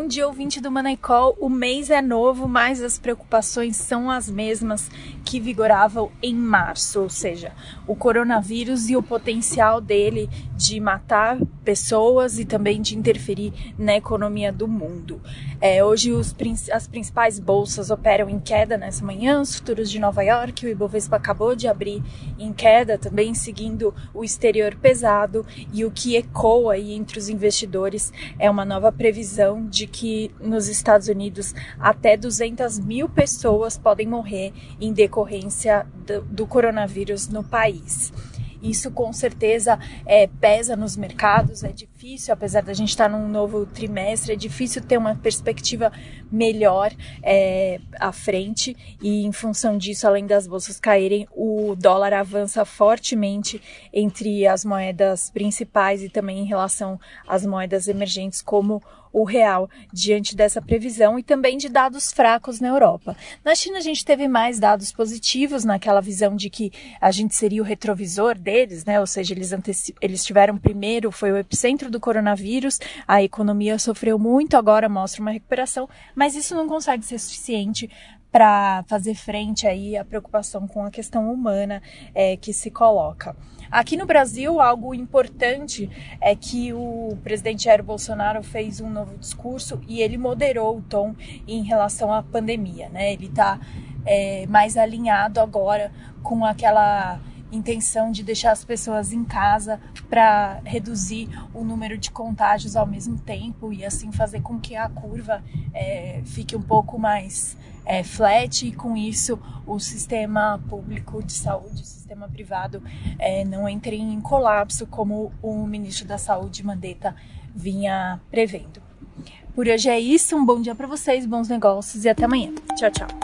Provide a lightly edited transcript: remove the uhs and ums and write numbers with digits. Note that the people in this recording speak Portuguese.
Bom dia, ouvinte do Money Call. O mês é novo, mas as preocupações são as mesmas que vigoravam em março, ou seja, o coronavírus e o potencial dele de matar pessoas e também de interferir na economia do mundo. Hoje as principais bolsas operam em queda nessa manhã, os futuros de Nova York, o Ibovespa acabou de abrir em queda, também seguindo o exterior pesado, e o que ecoa aí entre os investidores é uma nova previsão de que nos Estados Unidos até 200 mil pessoas podem morrer em decorrência do coronavírus no país. Isso com certeza pesa nos mercados, é difícil, apesar da gente estar num novo trimestre, é difícil ter uma perspectiva melhor à frente, e em função disso, além das bolsas caírem, o dólar avança fortemente entre as moedas principais e também em relação às moedas emergentes como o real, diante dessa previsão e também de dados fracos na Europa. Na China a gente teve mais dados positivos, naquela visão de que a gente seria o retrovisor deles, né? Ou seja, eles tiveram primeiro, foi o epicentro do coronavírus, a economia sofreu muito, agora mostra uma recuperação, mas isso não consegue ser suficiente para fazer frente aí à preocupação com a questão humana que se coloca. Aqui no Brasil, algo importante é que o presidente Jair Bolsonaro fez um novo discurso e ele moderou o tom em relação à pandemia, né? Ele está mais alinhado agora com aquela intenção de deixar as pessoas em casa para reduzir o número de contágios ao mesmo tempo e assim fazer com que a curva fique um pouco mais flat, e com isso o sistema público de saúde, o sistema privado não entre em colapso, como o ministro da Saúde, Mandetta, vinha prevendo. Por hoje é isso, um bom dia para vocês, bons negócios e até amanhã. Tchau, tchau.